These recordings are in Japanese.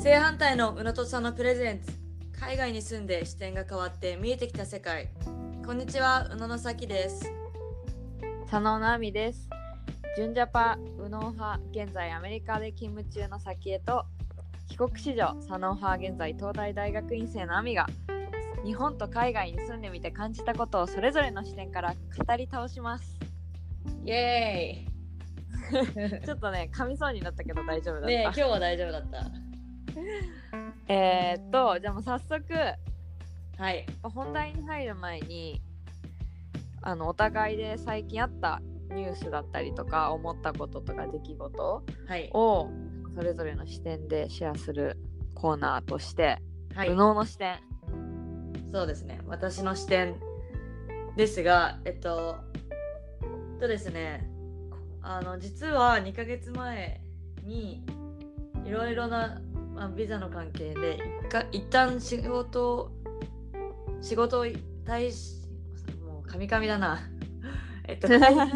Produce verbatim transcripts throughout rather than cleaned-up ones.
正反対の宇野とさんのプレゼンツ。海外に住んで視点が変わって見えてきた世界。こんにちは、宇野の咲です。 佐野直美です。純ジャパ宇野派、現在アメリカで勤務中の咲へと、帰国子女佐野派、現在東大大学院生の亜美が日本と海外に住んでみて感じたことをそれぞれの視点から語り倒します。 イエーイちょっとね噛みそうになったけど大丈夫だった。 ねえ、今日は大丈夫だった。 えーっとじゃあもう早速、 はい、 本題に入る前にあのお互いで最近あったニュースだったりとか思ったこととか出来事をそれぞれの視点でシェアするコーナーとして、はい、宇野の視点。 そうですね、私の視点ですが、えっととですねあの実はにかげつまえにいろいろな、まあ、ビザの関係で一か一旦仕事仕事を退しもうカミカミだなえっと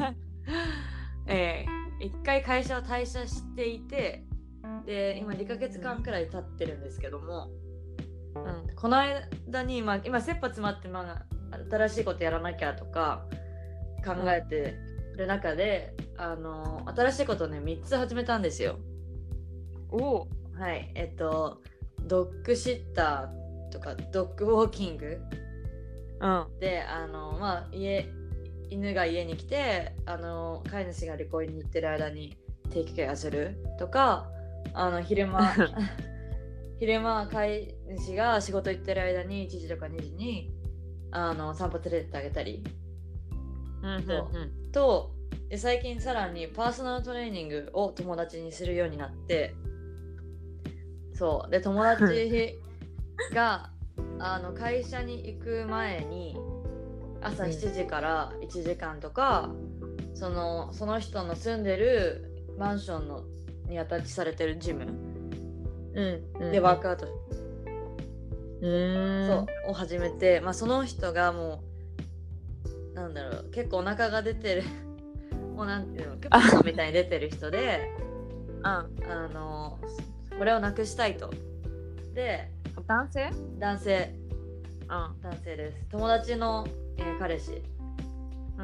えー、一回会社を退社していて、で今にかげつかんくらい経ってるんですけども、うん、この間に、まあ、今切羽詰まって、まあ、新しいことやらなきゃとか考えてる中で、うん、あの新しいことをねみっつ始めたんですよ。 おはいえっとドッグシッターとかドッグウォーキング、うん、であのまあ家犬が家に来てあの飼い主が旅行に行ってる間に定期ケアするとか、あの昼間昼間飼い主が仕事行ってる間にいちじとかにじにあの散歩連れてってあげたり、うんうんうん、とで最近さらにパーソナルトレーニングを友達にするようになって、そうで友達があの会社に行く前に朝しちじからいちじかんとか、うん、そのその人の住んでるマンションのにアタッチされてるジム、うんうん、でワークアウトそうを始めて、まあ、その人がもうなんだろう結構お腹が出てるもうなんていうのクッパみたいに出てる人であのこれをなくしたいと。で男性男性、うん、男性です。友達の、えー、彼氏、うん、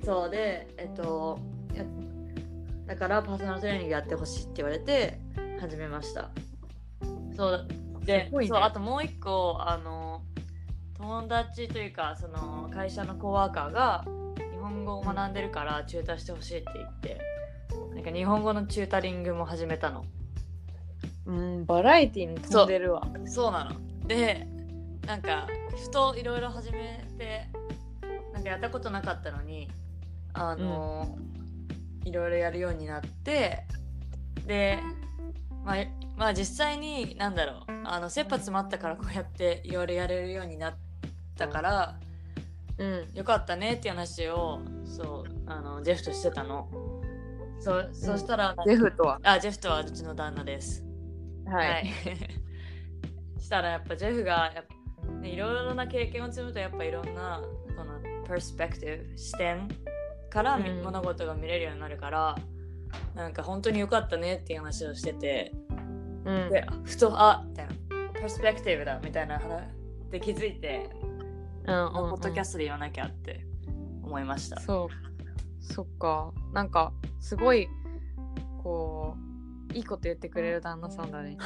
そうでえっとだからパーソナルトレーニングやってほしいって言われて始めました。そうで、ね、そうあともう一個あの友達というかその会社のコワーカーが日本語を学んでるからチューターしてほしいって言ってなんか日本語のチュータリングも始めたの。 うんバラエティに飛んでるわ。 そう、そうなの。でなんかふといろいろ始めてなんかやったことなかったのにあの、うん、いろいろやるようになってでまあ、まあ実際に何だろうあの切羽詰まったからこうやっていろいろやれるようになったから、うん、よかったねっていう話をそうあのジェフとしてたの。そう、うん、そしたらジェフとはあジェフとはうちの旦那です。はい、はい、したらやっぱジェフがやっぱ、ね、いろいろな経験を積むとやっぱいろんなこのパースペクティブ視点から、うん、物事が見れるようになるからなんか本当に良かったねっていう話をしてて、うん、でふとあみたいなパースペクティブだみたいな話で気づいて、うんうんうん、ポッドキャストで言わなきゃって思いました。 そうそっかなんかすごいこういいこと言ってくれる旦那さんだね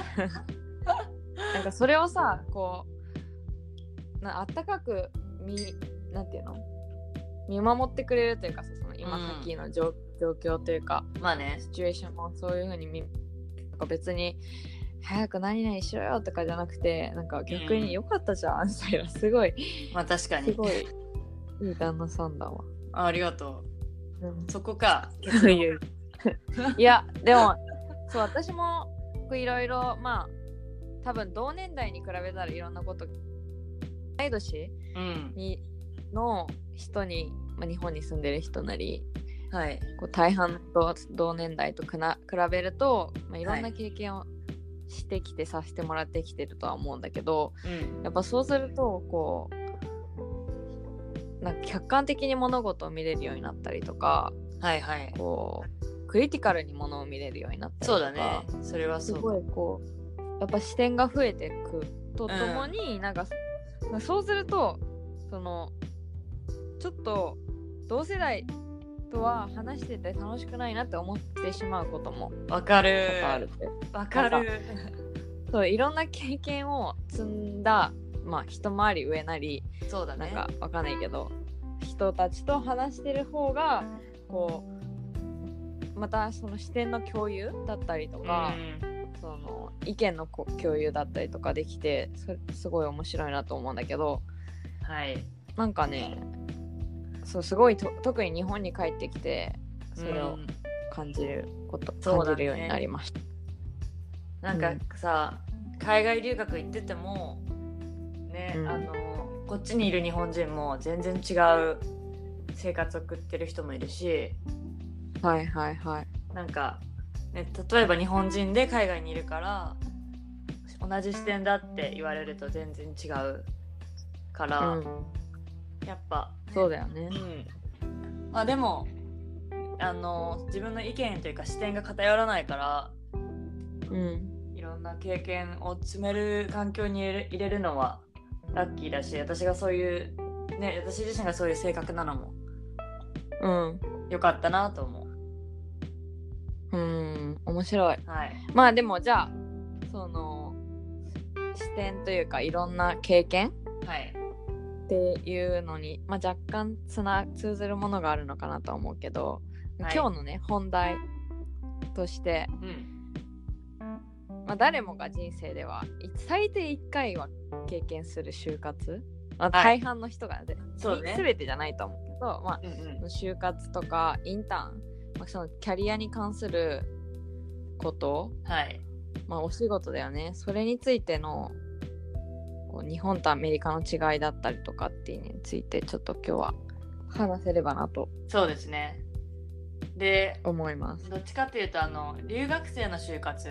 なんかそれをさこうなあったかく見なんていうの見守ってくれるというかさその今さっきの状,、うん、状況というかまあねシチュエーションもそういう風に見別に早く何々しろよとかじゃなくてなんか逆に良かったじゃんみたいなすごいまあ確かにすごいいい旦那さんだわ。 あ, ありがとう、うん、そこかそういういやでもそう私もいろいろまあ多分同年代に比べたらいろんなこと同い年に、うん、の人に、まあ、日本に住んでる人なり、はい、こう大半と同年代とくな比べると、まあ、いろんな経験をしてきて、はい、させてもらってきてるとは思うんだけど、うん、やっぱそうするとこうなんか客観的に物事を見れるようになったりとか、はいはい、こうクリティカルにものを見れるようになったりとか、 そうだね、それはそう、 すごいこうやっぱ視点が増えていくとともに、うん、なんかそうするとそのちょっと同世代とは話してて楽しくないなって思ってしまうこともわかるわかるそういろんな経験を積んだ、まあ、一回り上なり、 そうだね、 なんかわかんないけど人たちと話してる方がこうまたその視点の共有だったりとか、うん、その意見の共有だったりとかできてそれすごい面白いなと思うんだけど、 はい、 なんかねそうすごいと特に日本に帰ってきてそれを感じること、うん、感じるようになりました。 なんかさ、うん、海外留学行っててもね、うん、あのこっちにいる日本人も全然違う生活を送ってる人もいるし、 はいはいはい、 なんか、ね、例えば日本人で海外にいるから同じ視点だって言われると全然違うから、うん、やっぱ、 ね、そうだよね、 うん、まあでもあの自分の意見というか視点が偏らないから、 うん、 いろんな経験を積める環境に入れる、入れるのはラッキーだし、私がそういうね、私自身がそういう性格なのもうん良かったなと思う。うん面白い、 はい、 まあでもじゃあその視点というかいろんな経験、 はい、 っていうのに、まあ、若干つな通ずるものがあるのかなと思うけど、はい、今日のね本題として、うんまあ、誰もが人生では最低いっかいは経験する就活、まあ、大半の人が、ね、 そうね、 全てじゃないと思うけど、まあうんうん、就活とかインターン、まあ、そのキャリアに関すること、 はいまあ、お仕事だよね、それについてのこう日本とアメリカの違いだったりとかっていうのについてちょっと今日は話せればなとそうですねで思います。 どっちかっていうとあの留学生の就活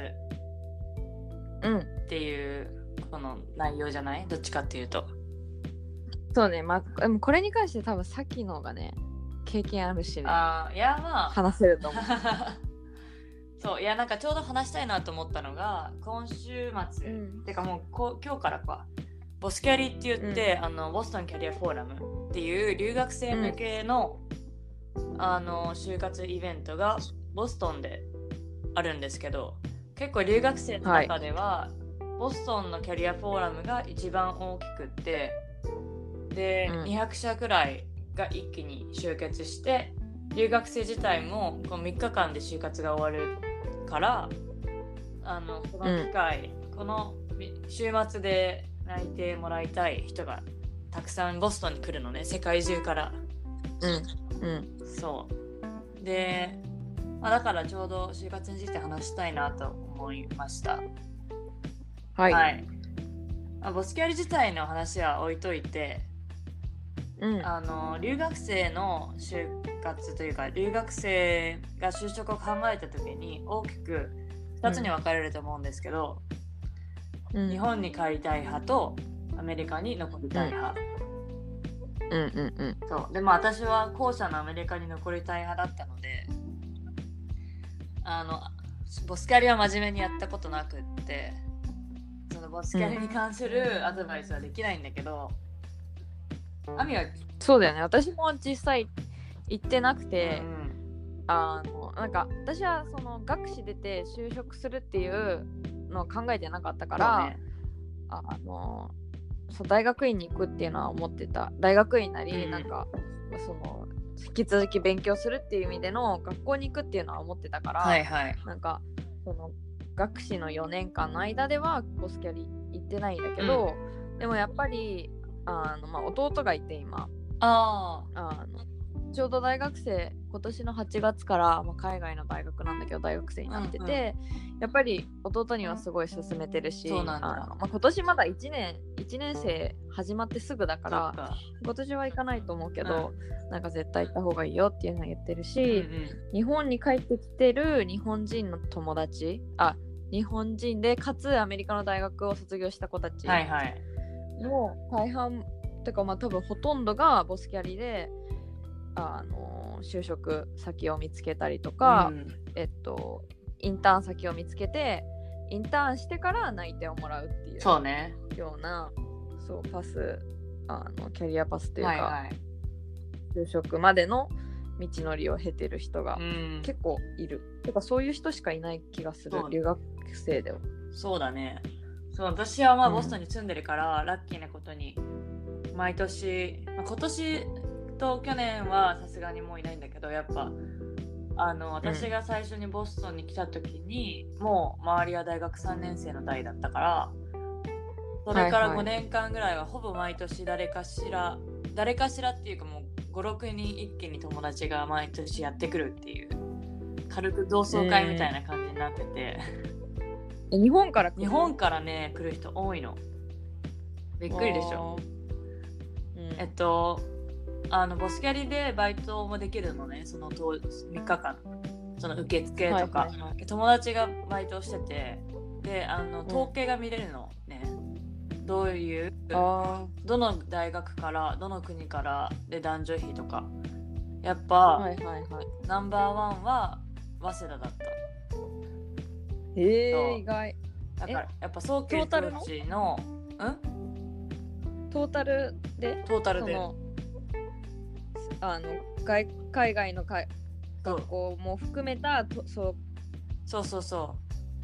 っていうこの内容じゃない、どっちかっていうとそうね、まあ、でもこれに関して多分さっきの方がね経験あるしね、 あいやまあ話せると思うそういやなんかちょうど話したいなと思ったのが今週末、うん、てかもうこ今日からかボスキャリって言って、うん、あのボストンキャリアフォーラムっていう留学生向けの、うん、あの就活イベントがボストンであるんですけど、結構留学生の中では、はい、ボストンのキャリアフォーラムが一番大きくってで、うん、にひゃくしゃくらいが一気に集結して留学生自体もこうみっかかんで就活が終わるからあのこの機会、うん、この週末で内定もらいたい人がたくさんボストンに来るのね、世界中から。 うんうんそうで、まあ、だからちょうど就活について話したいなと思いました。 はい、はいまあ、ボスキャリ自体の話は置いといて、 うん、 あの留学生の就活というか留学生が就職を考えた時に大きくふたつに分かれると思うんですけど、うん、日本に帰りたい派とアメリカに残りたい派、 うんうんうんうん、 そうでも私は後者のアメリカに残りたい派だったので、あのボスキャリは真面目にやったことなくってそのボスキャリに関するアドバイスはできないんだけど、うん、アミはそうだよね、私も実際行ってなくて、 うん、 あのなんか私はその学士出て就職するっていうのを考えてなかったから、ね、あのそう大学院に行くっていうのは思ってた。大学院なり、うん、なんかその引き続き勉強するっていう意味での学校に行くっていうのは思ってたから、 はいはい、 なんかその学士のよねんかんの間ではボスキャリ行ってないんだけど、うん、でもやっぱりあの、まあ、弟がいて今ああのちょうど大学生今年のはちがつから、まあ、海外の大学なんだけど大学生になってて、うんうん、やっぱり弟にはすごい勧めてるし、 そうなんだ、 あの、まあ、今年まだいちねんいちねん生始まってすぐだから今年は行かないと思うけど、うん、なんか絶対行った方がいいよっていうのは言ってるし、うんうん、日本に帰ってきてる日本人の友達あ日本人でかつアメリカの大学を卒業した子たちの大半、はいはい、てかまあ多分ほとんどがボスキャリであのの就職先を見つけたりとか、うん、えっとインターン先を見つけてインターンしてから内定をもらうっていうそうねようなそうパスあのキャリアパスというか、はいはい、就職までの道のりを経てる人が結構いる、うん、てかそういう人しかいない気がする留学生では。 そうだね。そう私はまあボストンに住んでるから、うん、ラッキーなことに毎年、まあ、今年と去年はさすがにもういないんだけどやっぱあの私が最初にボストンに来た時に、うん、もう周りは大学さんねん生の代だったからそれからごねんかんぐらいはほぼ毎年誰かしら誰かしらっていうかもうご、ろくにん一気に友達が毎年やってくるっていう軽く同窓会みたいな感じになってて、 えー、日本から来る日本からね来る人多いの。びっくりでしょ、うん、えっとあのボスキャリでバイトもできるのねそのみっかかんその受付とか、はいはいはい、友達がバイトをしててであの統計が見れるのね、うん、どういうどの大学からどの国からで男女比とかやっぱ、はいはいはい、ナンバーワンは早稲田だった。 へえ意外。 だからやっぱ早慶コーチのトータルでトータルであの 海, 海外のか学校も含めたとそうそうそうそう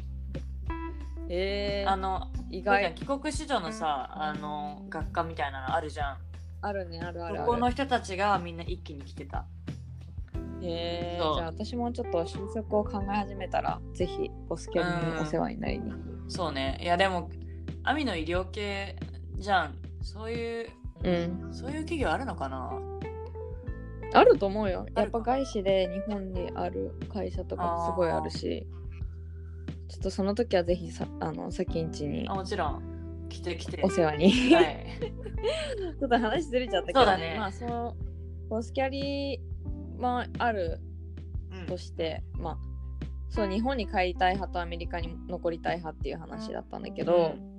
えー、 あの意外帰国子女のさあの学科みたいなのあるじゃん。 あるねあるあるある。 そこの人たちがみんな一気に来てた。 へえー、じゃあ私もちょっと就職を考え始めたらぜひボスキャリにお世話になりに。 そうね。いやでもアミの医療系じゃん。そういう、うん、そういう企業あるのかな。 あると思うよ。やっぱ外資で日本にある会社とかもすごいあるし、ちょっとその時はぜひさあの先んちにあもちろん来て来てお世話に、 はい、 ちょっと話ずれちゃったけど、ね、 そうだね。 まあそのボスキャリまああるとして、うん、まあそう日本に帰りたい派とアメリカに残りたい派っていう話だったんだけど、うん、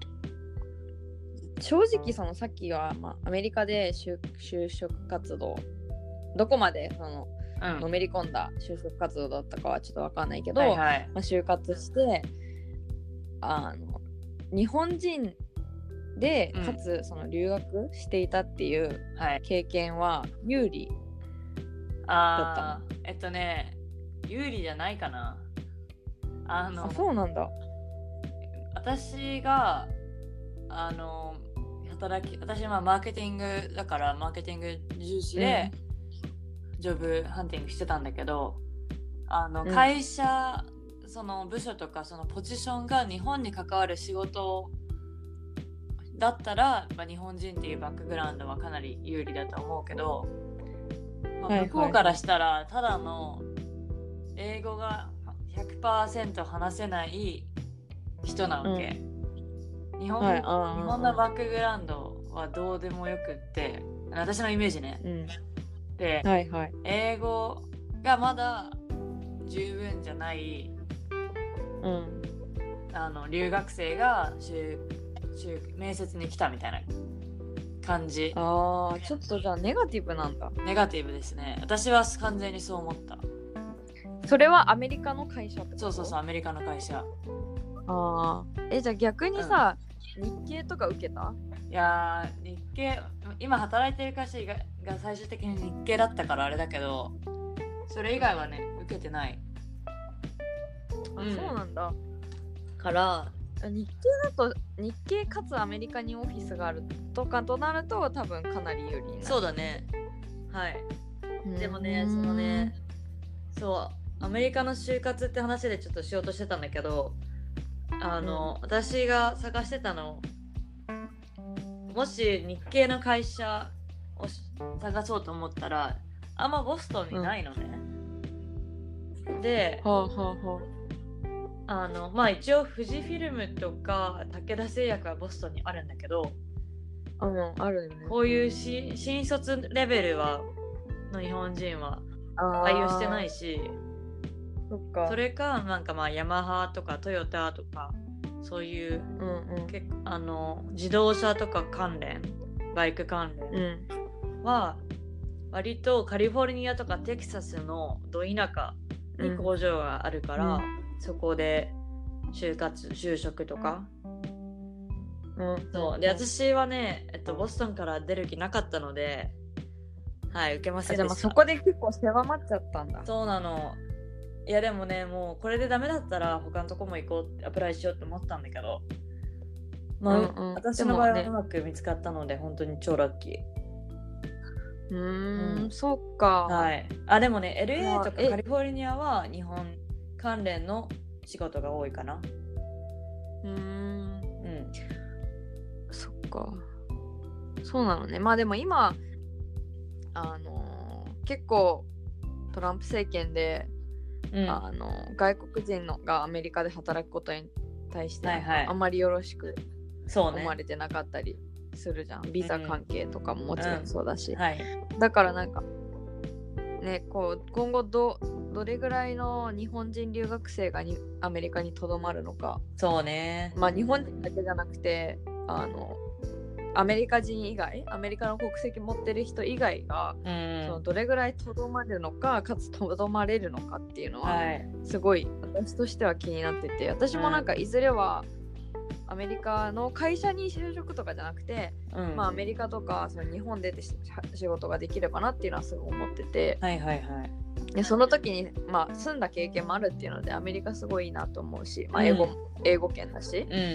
正直そのさっきは、まあ、アメリカで 就, 就職活動どこまでその、うん、のめり込んだ就職活動だったかはちょっと分かんないけど、はいはい、まあ、就活してあの日本人でかつその留学していたっていう経験は有利だったの、 あえっとね有利じゃないかな。あのあそうなんだ。 私があの働き私はマーケティングだからマーケティング重視で、うん、ジョブハンティングしてたんだけどあの会社、うん、その部署とかそのポジションが日本に関わる仕事だったら、まあ、日本人っていうバックグラウンドはかなり有利だと思うけど、まあ、向こうからしたらただの英語が ひゃくパーセント 話せない人なわけ、うん、日本、はい、日本のバックグラウンドはどうでもよくって私のイメージね、うん、で、はいはい、英語がまだ十分じゃない、うん、あの留学生が面接に来たみたいな感じ。 あーちょっとじゃあネガティブなんだ。 ネガティブですね。私は完全にそう思った。 それはアメリカの会社ってこと？ そうそうそうアメリカの会社。 あーえじゃあ逆にさ、うん、日系とか受けた？ いや日系今働いてる会社が最終的に日系だったからあれだけどそれ以外はね受けてない。 あ、うん、そうなんだ。 から日系だと日系かつアメリカにオフィスがあるとかとなると多分かなり有利になる。 そうだね。はいでもねそのねそうアメリカの就活って話でちょっとしようとしてたんだけどあの、うん、私が探してたのもし日系の会社を探そうと思ったらあんまボストンにないのね、うん、で、はあはあはあ、あのまあ一応富士フィルムとか武田製薬はボストンにあるんだけど、 うん、あるよね。 こういうし新卒レベルはの日本人は採用してないし、 そっか。 それかなんかまあヤマハとかトヨタとかそういう、うんうん、結構あの自動車とか関連バイク関連は割とカリフォルニアとかテキサスのど田舎に工場があるから、うん、そこで就活就職とか、うん、そうで、私はね、えっと、ボストンから出る気なかったので、はい、受けませんでした。 でもそこで結構狭まっちゃったんだ。 そうなの。いやでもね、もうこれでダメだったら他のとこも行こうってアプライしようって思ったんだけど、まあ、うんうん、私の場合はうまく見つかったので、ね、本当に超ラッキー。 うーん、うん、そっか。 はい。あ、でもね、エルエー とかカリフォルニアは日本関連の仕事が多いかな。 うーん。うん。そっか。そうなのね。まあでも今、あのー、結構トランプ政権で、うん、あの外国人のがアメリカで働くことに対して、はいはい、あんまりよろしく思われてなかったりするじゃん、ね、ビザ関係とかももちろんそうだし、うんはい、だからなんかね、こう今後 ど, どれぐらいの日本人留学生がにアメリカにとどまるのか。 そうね、 まあ日本人だけじゃなくてあのアメリカ人以外アメリカの国籍持ってる人以外が、うん、そのどれぐらいとどまるのかかつとどまれるのかっていうのは、はい、すごい私としては気になってて、私もなんかいずれはアメリカの会社に就職とかじゃなくて、うんまあ、アメリカとかその日本で仕事ができればなっていうのはすごい思ってて、 はいはいはい、 でその時に、まあ、住んだ経験もあるっていうのでアメリカすごいいいなと思うし、まあ、英語、うん、英語圏だし、うん、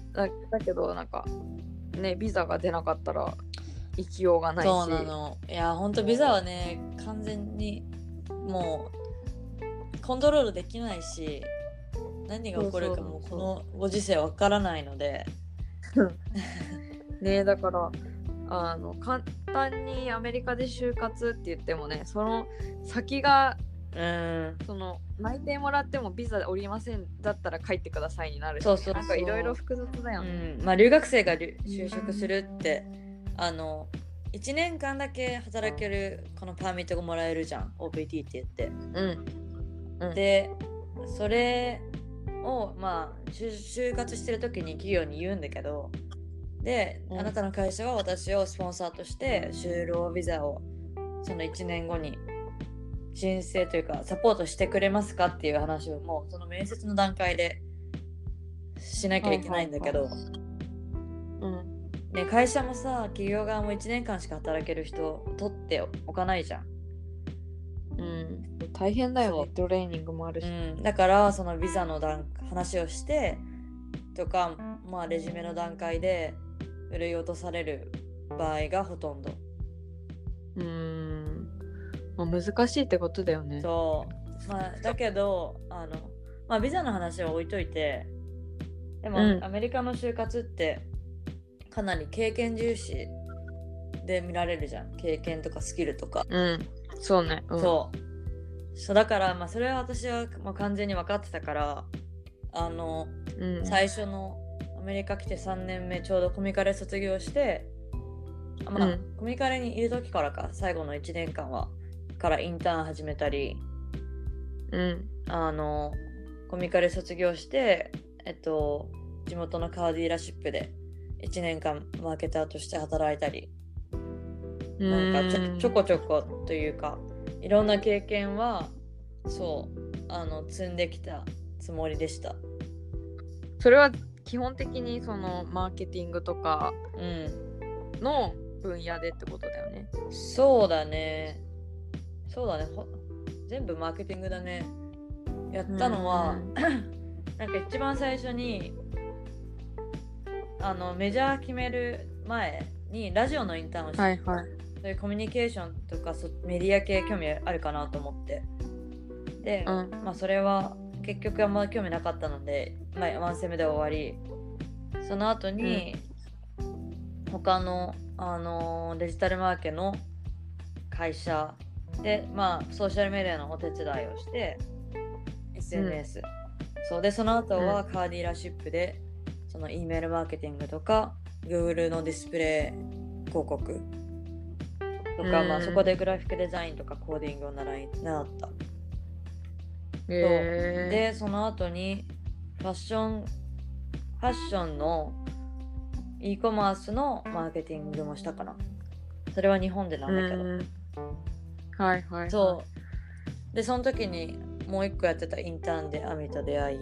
だ, だけどなんかね、ビザが出なかったら行きようがないし。 そうなの。いやほんとビザはね完全にもうコントロールできないし、何が起こるかもこのご時世わからないのでね、だからあの簡単にアメリカで就活って言ってもね、その先がうんその内定もらってもビザ降りませんだったら帰ってくださいになるし、そうそうそう、なんかいろいろ複雑だよね、 うんまあ、留学生が就職するって、うん、あのいちねんかんだけ働けるこのパーミットがもらえるじゃん、 オーピーティー って言って、うんうん、でそれをまあ就活してる時に企業に言うんだけど、で、うん、あなたの会社は私をスポンサーとして就労ビザをそのいちねんごに申請というかサポートしてくれますかっていう話をもうその面接の段階でしなきゃいけないんだけど、はいはいはい、うんね、会社もさ企業側もいちねんかんしか働ける人を取っておかないじゃん、 うん、大変だよね、トレーニングもあるし、 うん、だからそのビザの段話をしてとか、まあ、レジュメの段階で売り落とされる場合がほとんど。 うーん、まあ、難しいってことだよね。 そう、まあ、だけどあの、まあ、ビザの話は置いといて、でも、うん、アメリカの就活ってかなり経験重視で見られるじゃん、経験とかスキルとか、 うん、そうね、 うん、そうそうだから、まあ、それは私はもう完全に分かってたから、あの、うん、最初のアメリカ来てさんねんめちょうどコミカレ卒業して、まあ、うん、コミカレにいる時からか最後のいちねんかんはからインターン始めたり、うん、あのコミカレ卒業してえっと地元のカーディーラシップでいちねんかんマーケターとして働いたり、なんかちょ、ちょこちょこというかいろんな経験はそうあの積んできたつもりでした。 それは基本的にそのマーケティングとかの分野でってことだよね、 うん、そうだねそうだね全部マーケティングだね。やったのはなんか一番最初にあのメジャー決める前にラジオのインターンをして、はいはい、そういうコミュニケーションとかメディア系興味あるかなと思ってで、うん、まあそれは結局あんま興味なかったので、まあ、ワンセムで終わり、その後に、うん、他の、あのー、デジタルマーケの会社で、まあ、ソーシャルメディアのお手伝いをして エスエヌエス、うん、そうでその後はカーディーラシップでその E メールマーケティングとか Google のディスプレイ広告とか、うん、まあ、そこでグラフィックデザインとかコーディングを習い習った。 えー、 でその後にファッションファッションの e コマースのマーケティングもしたかな。それは日本でなんだけど、 はいはい、はい、 そうでその時にもう一個やってたインターンでアミと出会い、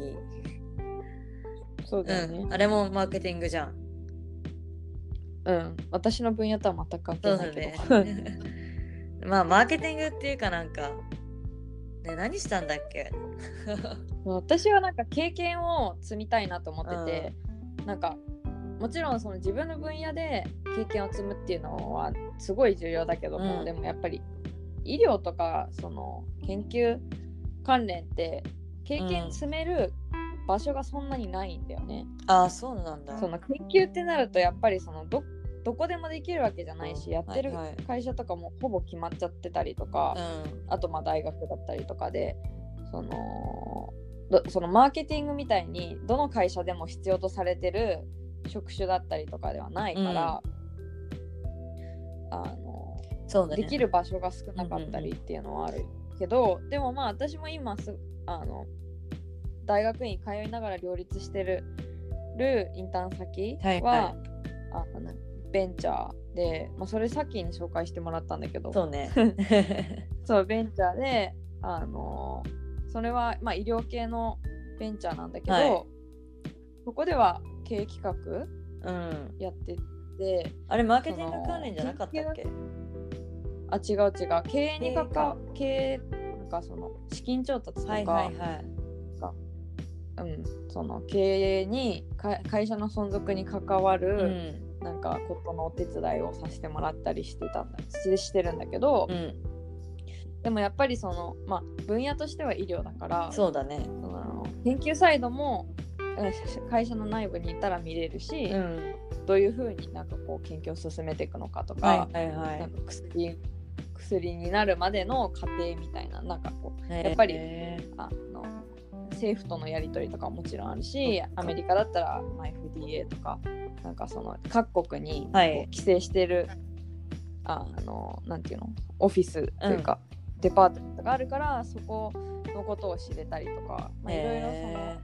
そうだよね、 うん、あれもマーケティングじゃん。 うん、私の分野とは全く関係ないけど。 そうだねまあマーケティングっていうかなんかね、何したんだっけ私はなんか経験を積みたいなと思ってて、うん、なんかもちろんその自分の分野で経験を積むっていうのはすごい重要だけども、うん、でもやっぱり医療とかその研究関連って経験積める場所がそんなにないんだよね、 うん、ああそうなんだ。 その研究ってなるとやっぱりその ど, どこでもできるわけじゃないし、やってる会社とかもほぼ決まっちゃってたりとか、はいはい、あとまあ大学だったりとかでそのそのマーケティングみたいにどの会社でも必要とされてる職種だったりとかではないから、うん、あのそうだね、できる場所が少なかったりっていうのはあるけど、うんうんうん、でもまあ私も今すあの大学院通いながら両立してるインターン先は、はいはい、あのベンチャーで、まあ、それさっきに紹介してもらったんだけど、 そうねそうベンチャーであのそれは、まあ、医療系のベンチャーなんだけど、はい、そこでは経営企画やってて、うん、 あれマーケティング関連じゃなかったっけ？ あ違う違う経営にかか経営なんかその資金調達とか、はいはいはい、うん、その経営に会社の存続に関わる、うん、なんかことのお手伝いをさせてもらったりしてたんだしてるんだけど、うん、でもやっぱりその、まあ、分野としては医療だからそうだね、 その研究サイドも会社の内部にいたら見れるし、うん、どういうふうになんかこう研究を進めていくのかとか、はいはいはい、なんか 薬, 薬になるまでの過程みたいな、なんかこうやっぱりあの政府とのやり取りとかももちろんあるし、アメリカだったら エフディーエー とかなんかその各国にこう規制してる、はい、あのなんていうのオフィスというか、うん、デパートメントがあるからそこのことを知れたりとか、まあ、いろいろその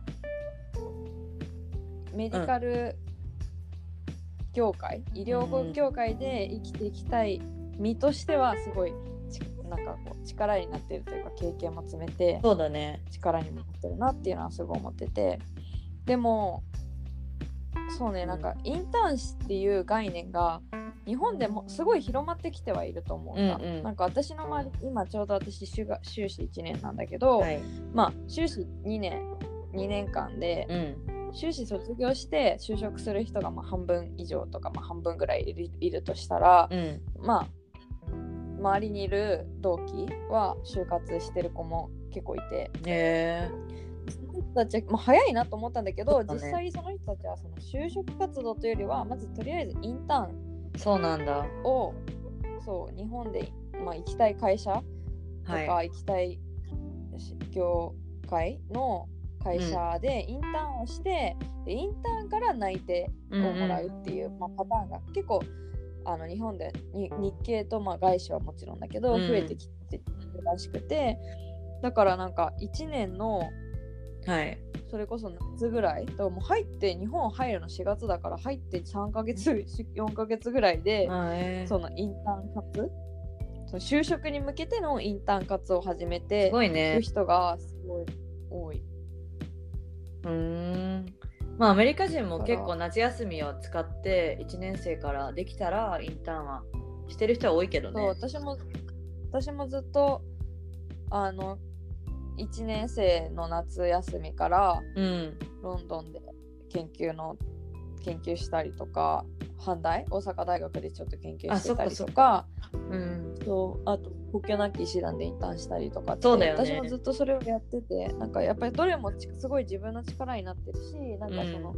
メディカル業界、うん、医療業界で生きていきたい身としてはすごいなんかこう力になってるというか経験も詰めてそうだね力にもなってるなっていうのはすごい思ってて、でもそうね、なんかインターン誌っていう概念が日本でもすごい広まってきてはいると思うんだ、うんうん、なんか私の周り今ちょうど私修士いちねんなんだけど、はい、まあ修士にねんにねんかんで、うん、修士卒業して就職する人がまあ半分以上とか、まあ、半分ぐらいい る, いるとしたら、うん、まあ周りにいる同期は就活してる子も結構いて、 へーその人たちは、まあ、早いなと思ったんだけど、ね、実際その人たちはその就職活動というよりはまずとりあえずインターンそうなんだをそう日本で、まあ、行きたい会社とか、はい、行きたい業界の会社でインターンをして、うんうん、でインターンから内定をもらうっていう、うんうんまあ、パターンが結構あの日本でに日系とまあ外資はもちろんだけど、うん、増えてきてるらしくて、だからなんかいちねんの、はい、それこそ夏ぐらいだからもう入って日本入るのしがつだから入ってさんかげつよんかげつぐらいで、えー、そのインターン活その就職に向けてのインターン活を始めてすごいねる人がすごい多い。 うーんまあアメリカ人も結構夏休みを使っていちねん生からできたらインターンはしてる人は多いけどね。 そう私も私もずっとあのいちねん生の夏休みから、うん、ロンドンで研究の研究したりとか阪大大阪大学でちょっと研究してたりとかうん、そうあと国境なき医師団でインターンしたりとかってそうだよね、 私もずっとそれをやっててなんかやっぱりどれもすごい自分の力になってるしなんかその、うん、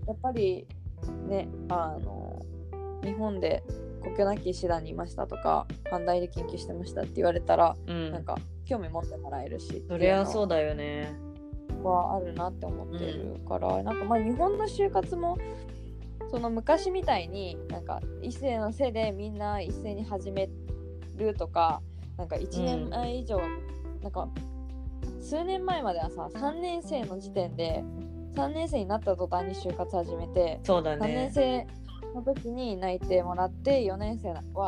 やっぱりねあの日本で国境なき医師団にいましたとか阪大で研究してましたって言われたら、うん、なんか興味持ってもらえるしそりゃそうだよねはあるなって思ってるから、うん、なんかまあ日本の就活もその昔みたいになんか一斉のせいでみんな一斉に始めるとかなんかいちねんまえ以上、うん、なんか数年前まではささんねん生の時点でさんねん生になった途端に就活始めてそうだねさんねん生の時に内定もらってよねん生は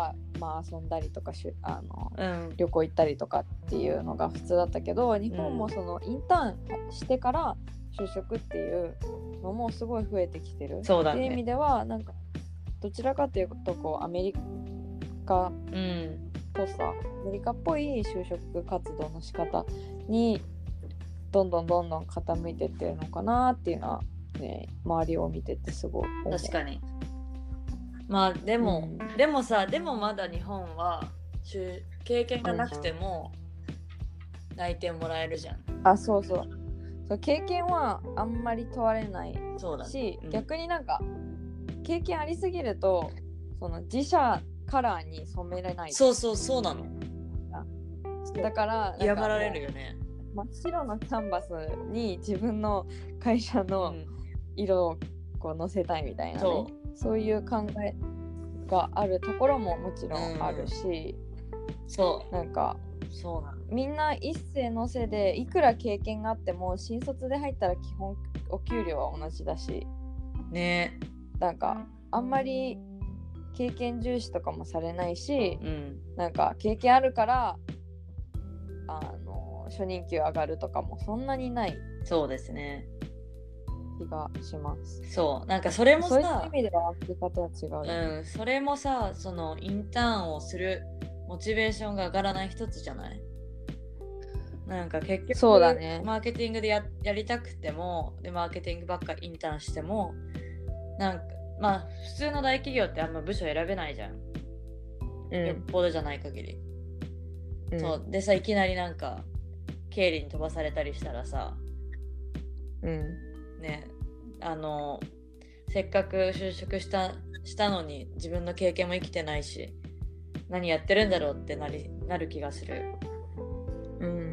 まあ、遊んだりとかしあの、 うん、 旅行行ったりとかっていうのが普通だったけど、日本もそのインターンしてから就職っていうのもすごい増えてきてる。 そうだね。 っていう意味ではなんかどちらかというとこうアメリカとさ、アメリカっぽい就職活動の仕方にどんどんどんどん傾いてってるのかなっていうのはね、周りを見ててすごい思う。 確かに。まあでも、うん、でもさ、でもまだ日本は経験がなくても内定もらえるじゃん。 あ、そうそう。そう、経験はあんまり問われないし、 そうだね、うん、 逆になんか経験ありすぎるとその自社カラーに染めれない。 そうそうそうなの。 だから嫌がられるよね。 真っ白のキャンバスに自分の会社の色をこう乗せたいみたいなね、そう、そういう考えがあるところももちろんあるし、 うん、そう、 なんかそうなの。 みんな一斉のせでいくら経験があっても新卒で入ったら基本お給料は同じだしね、 なんかあんまり経験重視とかもされないし、うん、なんか経験あるからあの初任給上がるとかもそんなにない。 そうですね、 気がします。 そう、なんかそれもさ、 そういう意味ではアメリカとは違う、 ね、うん、それもさ、そのインターンをするモチベーションが上がらない一つじゃない？なんか結局そうだね、 マーケティングで や, やりたくてもでマーケティングばっかインターンしてもなんかまあ普通の大企業ってあんま部署選べないじゃん、うん、よっぽどじゃない限り、うん、そうでさ、いきなりなんか経理に飛ばされたりしたらさ、 うんね、あのせっかく就職した、したのに自分の経験も生きてないし何やってるんだろうってなり、なる気がする。 うん、うん、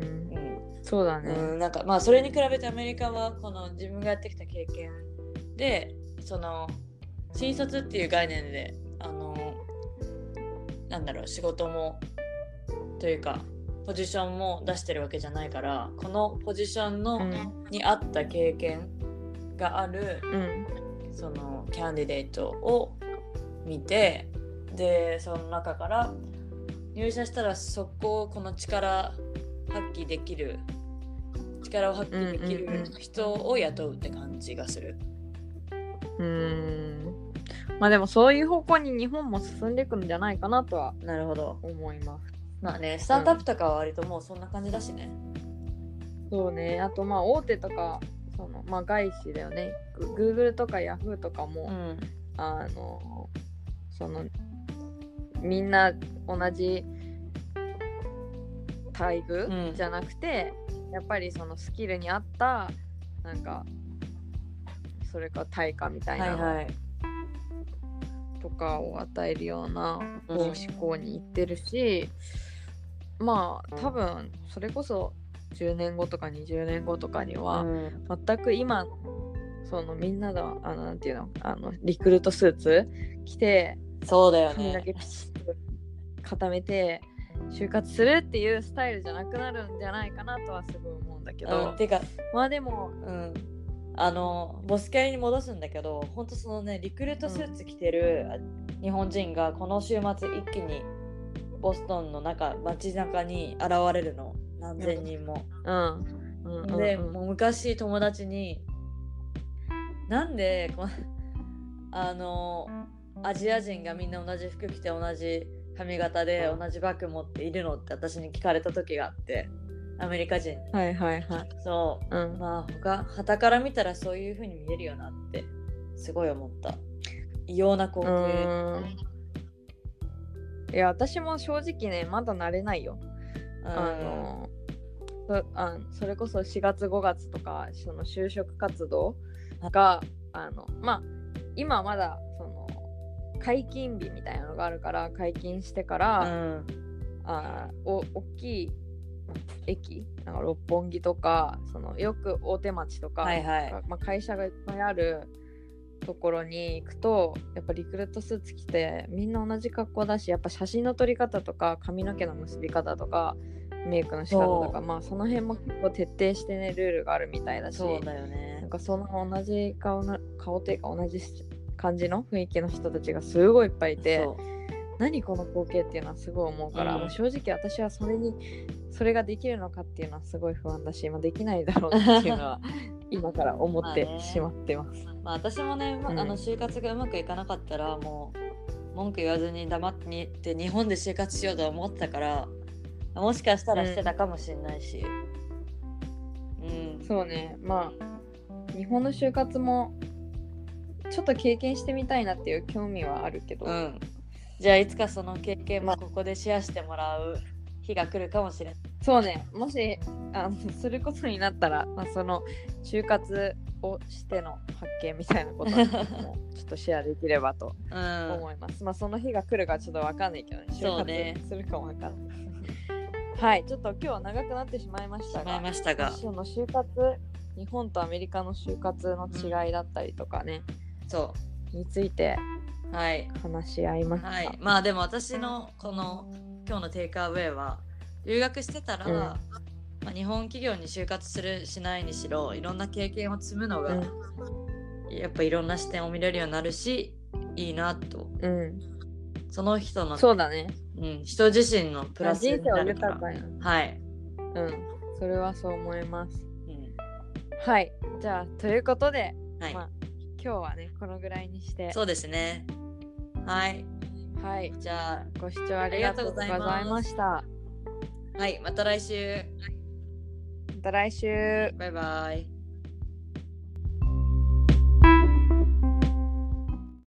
そうだね、 うん、なんかまあそれに比べてアメリカはこの自分がやってきた経験でその新卒っていう概念であのなんだろう仕事もというかポジションも出してるわけじゃないからこのポジションの、うん、に合った経験がある、うん、そのキャンディデートを見てでその中から入社したらそこをこの力発揮できる力を発揮できる人を雇うって感じがする。 うーん、まあでもそういう方向に日本も進んでいくんじゃないかなとはなるほど思います。 まあね、スタートアップとかは割ともうそんな感じだしね、 うん、そうね。あとまあ大手とかその、まあ、外資だよね。 Google とか Yahoo とかも、うん、あのそのみんな同じ待遇じゃなくて、うん、やっぱりそのスキルに合ったなんかそれか対価みたいなの、はいはい、とかを与えるような方向に行ってるし、うん、まあ多分それこそじゅうねんごとかにじゅうねんごとかには、うん、全く今そのみんなのあのなんていうのあのリクルートスーツ着てそうだよね髪だけピシッと固めて就活するっていうスタイルじゃなくなるんじゃないかなとはすごい思うんだけど、 うん、てかまあでも、 うん、あのボスキャリに戻すんだけど本当そのねリクルートスーツ着てる日本人がこの週末一気にボストンの中街中に現れるの何千人も、 うんうん、で、うん、もう昔友達になんでこのあのアジア人がみんな同じ服着て同じ髪型で同じバッグ持っているのって私に聞かれた時があってアメリカ人にはいはいはいそう、うん、まあ他傍から見たらそういう風に見えるよなってすごい思った異様な光景。 いや私も正直ねまだ慣れないよ。あのそ, あそれこそしがつごがつとかその就職活動があのまあ今まだその解禁日みたいなのがあるから解禁してから、うん、あお大きい駅なんか六本木とかそのよく大手町とか、 はいはいまあ、会社がいっぱいあるところに行くとやっぱリクルートスーツ着てみんな同じ格好だしやっぱ写真の撮り方とか髪の毛の結び方とかメイクの仕方とかまあその辺も結構徹底してねルールがあるみたいだしそうだよねなんかその同じ顔の顔というか同じ感じの雰囲気の人たちがすごいいっぱいいて何この光景っていうのはすごい思うから、うん、もう正直私はそれにそれができるのかっていうのはすごい不安だし、今できないだろうなっていうのは今から思ってしまってます。 まあ、ね、まあ私もね、うん、あの就活がうまくいかなかったらもう文句言わずに黙って日本で就活しようと思ってたから、もしかしたらしてたかもしれないし、 うんうん、そうね、まあ日本の就活もちょっと経験してみたいなっていう興味はあるけど、うん、 じゃあいつかその経験もここでシェアしてもらう日が来るかもしれない。 そうね、もしあのすることになったら、まあ、その就活をしての発見みたいなこともちょっとシェアできればと思います、うん、まあその日が来るかちょっと分かんないけどね、就活するかも分かんない、ね、はいちょっと今日は長くなってしまいましたが、 ましたがの就活日本とアメリカの就活の違いだったりとかね、 うん、そうについて話し合いました、 はいはい、まあでも私のこの今日のテイクアウェイは留学してたら、うんまあ、日本企業に就活するしないにしろいろんな経験を積むのが、うん、やっぱいろんな視点を見れるようになるしいいなと、うん、その人のそうだね、 うん、人自身のプラスになるから人生を豊かにはい、 うん、それはそう思います、うん、はいじゃあということで、はいまあ、今日はねこのぐらいにしてそうですねはいはいじゃあご視聴ありがとうございました。 はい、また来週。 また来週。 バイバイ。